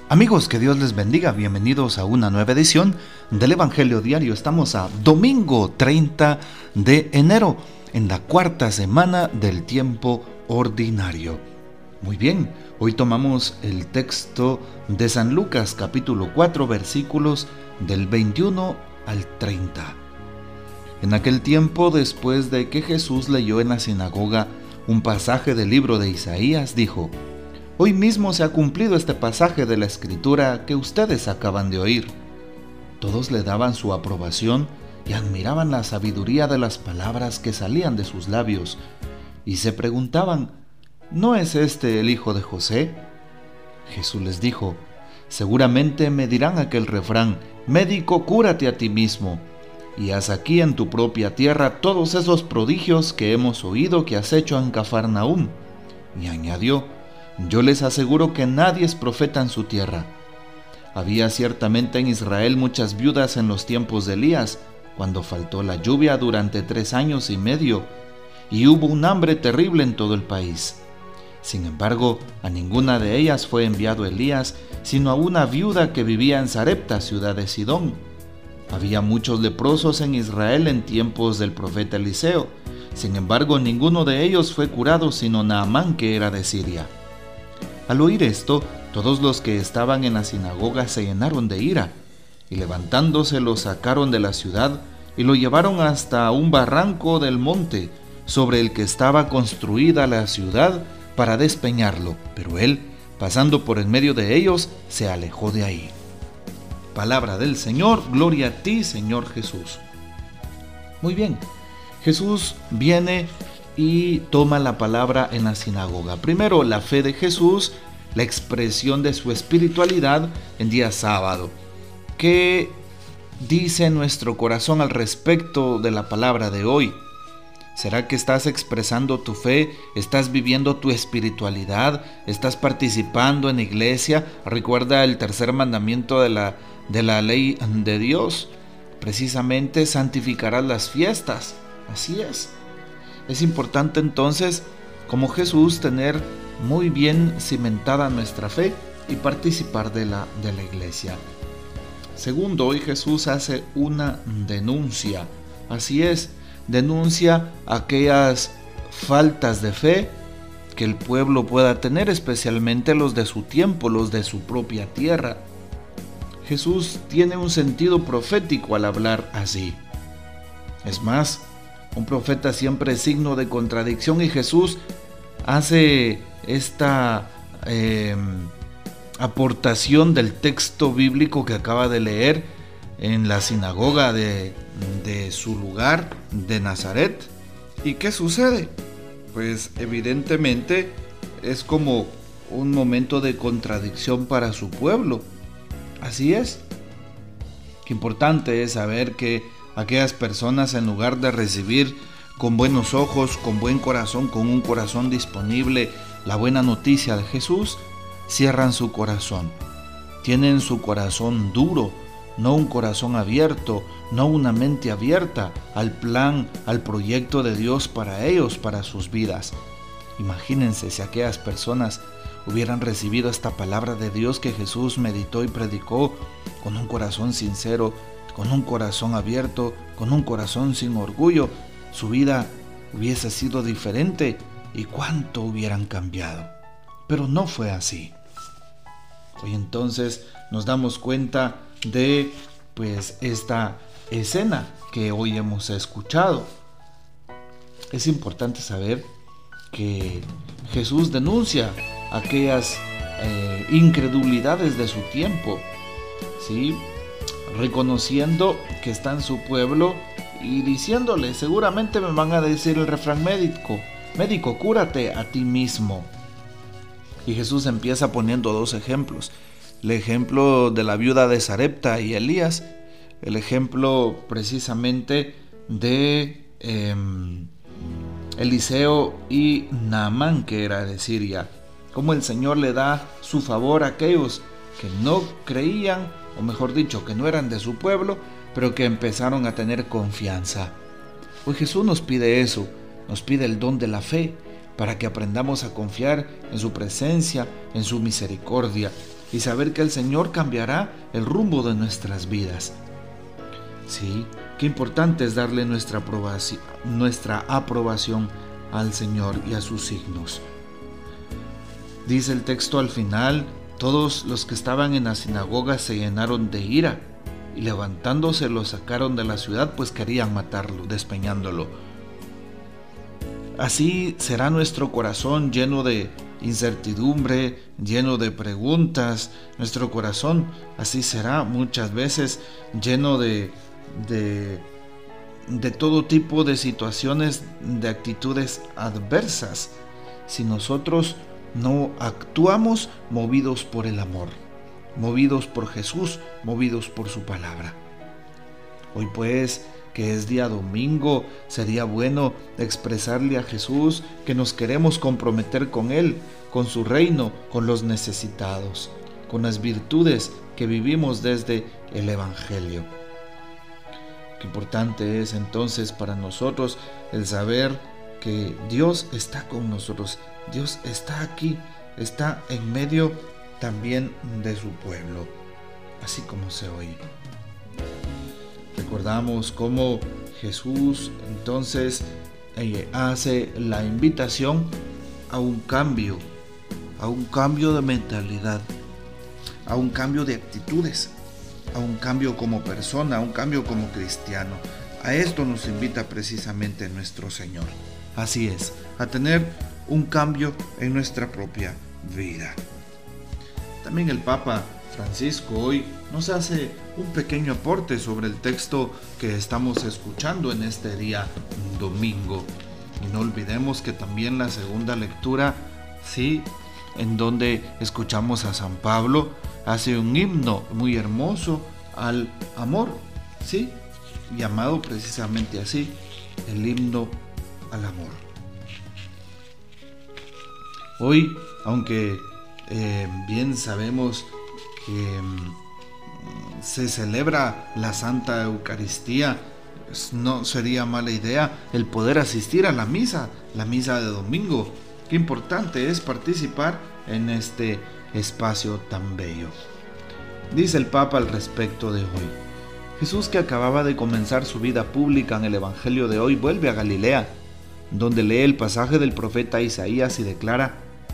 Amigos, que Dios les bendiga. Bienvenidos a una nueva edición del Evangelio Diario. Estamos a domingo 30 de enero, en la cuarta semana del tiempo ordinario. Muy bien, hoy tomamos el texto de San Lucas, capítulo 4, versículos del 21 al 30. En aquel tiempo, después de que Jesús leyó en la sinagoga un pasaje del libro de Isaías, dijo: Hoy mismo se ha cumplido este pasaje de la Escritura que ustedes acaban de oír. Todos le daban su aprobación y admiraban la sabiduría de las palabras que salían de sus labios, y se preguntaban: ¿no es este el hijo de José? Jesús les dijo: seguramente me dirán aquel refrán: médico, cúrate a ti mismo, y haz aquí en tu propia tierra todos esos prodigios que hemos oído que has hecho en Cafarnaúm. Y añadió: yo les aseguro que nadie es profeta en su tierra. Había ciertamente en Israel muchas viudas en los tiempos de Elías, cuando faltó la lluvia durante 3 años y medio, y hubo un hambre terrible en todo el país. Sin embargo, a ninguna de ellas fue enviado Elías, sino a una viuda que vivía en Sarepta, ciudad de Sidón. Había muchos leprosos en Israel en tiempos del profeta Eliseo. Sin embargo, ninguno de ellos fue curado, sino Naamán, que era de Siria. Al oír esto, todos los que estaban en la sinagoga se llenaron de ira, y levantándose lo sacaron de la ciudad y lo llevaron hasta un barranco del monte, sobre el que estaba construida la ciudad, para despeñarlo. Pero él, pasando por en medio de ellos, se alejó de ahí. Palabra del Señor, gloria a ti, Señor Jesús. Muy bien, Jesús viene y toma la palabra en la sinagoga. Primero, la fe de Jesús, la expresión de su espiritualidad en día sábado. ¿Qué dice nuestro corazón al respecto de la palabra de hoy? ¿Será que estás expresando tu fe? ¿Estás viviendo tu espiritualidad? ¿Estás participando en iglesia? Recuerda el tercer mandamiento de la ley de Dios. Precisamente, santificarás las fiestas. Así es. Es importante entonces, como Jesús, tener muy bien cimentada nuestra fe y participar de la iglesia. Segundo, hoy Jesús hace una denuncia. Así es, denuncia aquellas faltas de fe que el pueblo pueda tener, especialmente los de su tiempo, los de su propia tierra. Jesús tiene un sentido profético al hablar así. Es más, un profeta siempre es signo de contradicción, y Jesús hace esta aportación del texto bíblico que acaba de leer en la sinagoga de su lugar de Nazaret. ¿Y qué sucede? Pues evidentemente es como un momento de contradicción para su pueblo. Así es. Qué importante es saber que aquellas personas, en lugar de recibir con buenos ojos, con buen corazón, con un corazón disponible, la buena noticia de Jesús, cierran su corazón. Tienen su corazón duro, no un corazón abierto, no una mente abierta al plan, al proyecto de Dios para ellos, para sus vidas. Imagínense si aquellas personas hubieran recibido esta palabra de Dios que Jesús meditó y predicó con un corazón sincero, con un corazón abierto, con un corazón sin orgullo. Su vida hubiese sido diferente y cuánto hubieran cambiado. Pero no fue así. Hoy entonces nos damos cuenta de esta escena que hoy hemos escuchado. Es importante saber que Jesús denuncia aquellas incredulidades de su tiempo, ¿sí? Reconociendo que está en su pueblo y diciéndole: seguramente me van a decir el refrán médico, cúrate a ti mismo. Y Jesús empieza poniendo 2 ejemplos: el ejemplo de la viuda de Sarepta y Elías, el ejemplo precisamente de Eliseo y Naamán, que era de Siria. Cómo el Señor le da su favor a aquellos que no creían, o mejor dicho, que no eran de su pueblo, pero que empezaron a tener confianza. Hoy Jesús nos pide eso, nos pide el don de la fe, para que aprendamos a confiar en su presencia, en su misericordia. y saber que el Señor cambiará el rumbo de nuestras vidas. Sí, qué importante es darle nuestra aprobación al Señor y a sus signos. Dice el texto al final: todos los que estaban en la sinagoga se llenaron de ira y levantándose lo sacaron de la ciudad, pues querían matarlo, despeñándolo. Así será nuestro corazón, lleno de incertidumbre, lleno de preguntas. Nuestro corazón así será muchas veces lleno de todo tipo de situaciones, de actitudes adversas, si nosotros no actuamos movidos por el amor, movidos por Jesús, movidos por su palabra. Hoy pues, que es día domingo, sería bueno expresarle a Jesús que nos queremos comprometer con Él, con su reino, con los necesitados, con las virtudes que vivimos desde el Evangelio. Qué importante es entonces para nosotros el saber que Dios está con nosotros, Dios está aquí, está en medio también de su pueblo, así como se oye. Recordamos cómo Jesús entonces hace la invitación a un cambio de mentalidad, a un cambio de actitudes, a un cambio como persona, a un cambio como cristiano. A esto nos invita precisamente nuestro Señor. Así es, a tener un cambio en nuestra propia vida. También el Papa Francisco hoy nos hace un pequeño aporte sobre el texto que estamos escuchando en este día domingo. Y no olvidemos que también la segunda lectura, sí, en donde escuchamos a San Pablo, hace un himno muy hermoso al amor, sí, llamado precisamente así, el himno al amor. Hoy, aunque bien sabemos que se celebra la Santa Eucaristía, no sería mala idea el poder asistir a la misa de domingo. Qué importante es participar en este espacio tan bello. Dice el Papa al respecto de hoy: Jesús, que acababa de comenzar su vida pública en el Evangelio de hoy, vuelve a Galilea, donde lee el pasaje del profeta Isaías y declara: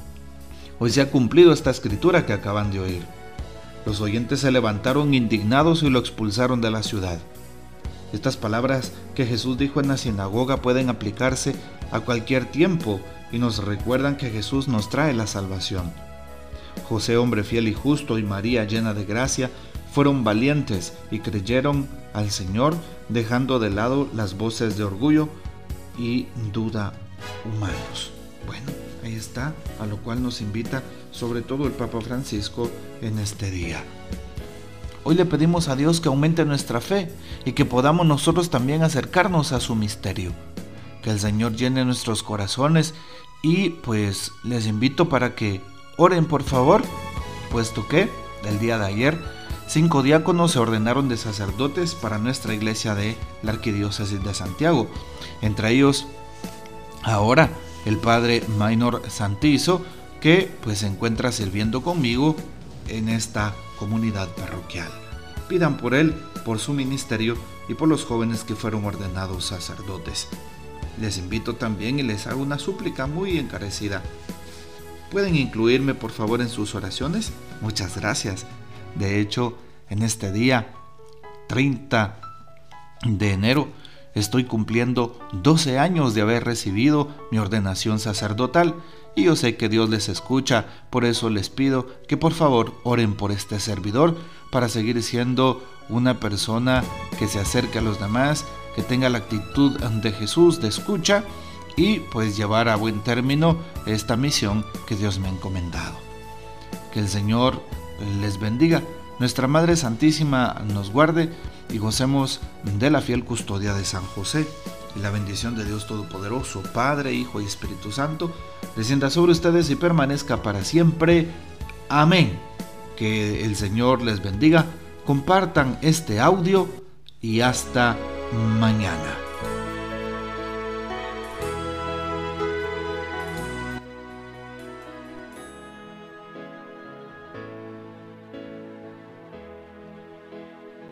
hoy se ha cumplido esta escritura que acaban de oír. Los oyentes se levantaron indignados y lo expulsaron de la ciudad. Estas palabras que Jesús dijo en la sinagoga pueden aplicarse a cualquier tiempo y nos recuerdan que Jesús nos trae la salvación. José, hombre fiel y justo, y María, llena de gracia, fueron valientes y creyeron al Señor, dejando de lado las voces de orgullo y duda humanos. Bueno, ahí está, a lo cual nos invita sobre todo el Papa Francisco en este día. Hoy le pedimos a Dios que aumente nuestra fe y que podamos nosotros también acercarnos a su misterio. Que el Señor llene nuestros corazones y pues les invito para que oren por favor, puesto que el día de ayer 5 diáconos se ordenaron de sacerdotes para nuestra iglesia de la Arquidiócesis de Santiago. Entre ellos ahora el padre Maynor Santizo, que pues se encuentra sirviendo conmigo en esta comunidad parroquial. Pidan por él, por su ministerio y por los jóvenes que fueron ordenados sacerdotes. Les invito también y les hago una súplica muy encarecida. ¿Pueden incluirme por favor en sus oraciones? Muchas gracias. De hecho, en este día 30 de enero estoy cumpliendo 12 años de haber recibido mi ordenación sacerdotal y yo sé que Dios les escucha, por eso les pido que por favor oren por este servidor para seguir siendo una persona que se acerque a los demás, que tenga la actitud de Jesús, de escucha y pues llevar a buen término esta misión que Dios me ha encomendado. Que el Señor les bendiga, nuestra Madre Santísima nos guarde y gocemos de la fiel custodia de San José. Y la bendición de Dios Todopoderoso, Padre, Hijo y Espíritu Santo, descienda sobre ustedes y permanezca para siempre. Amén. Que el Señor les bendiga. Compartan este audio y hasta mañana.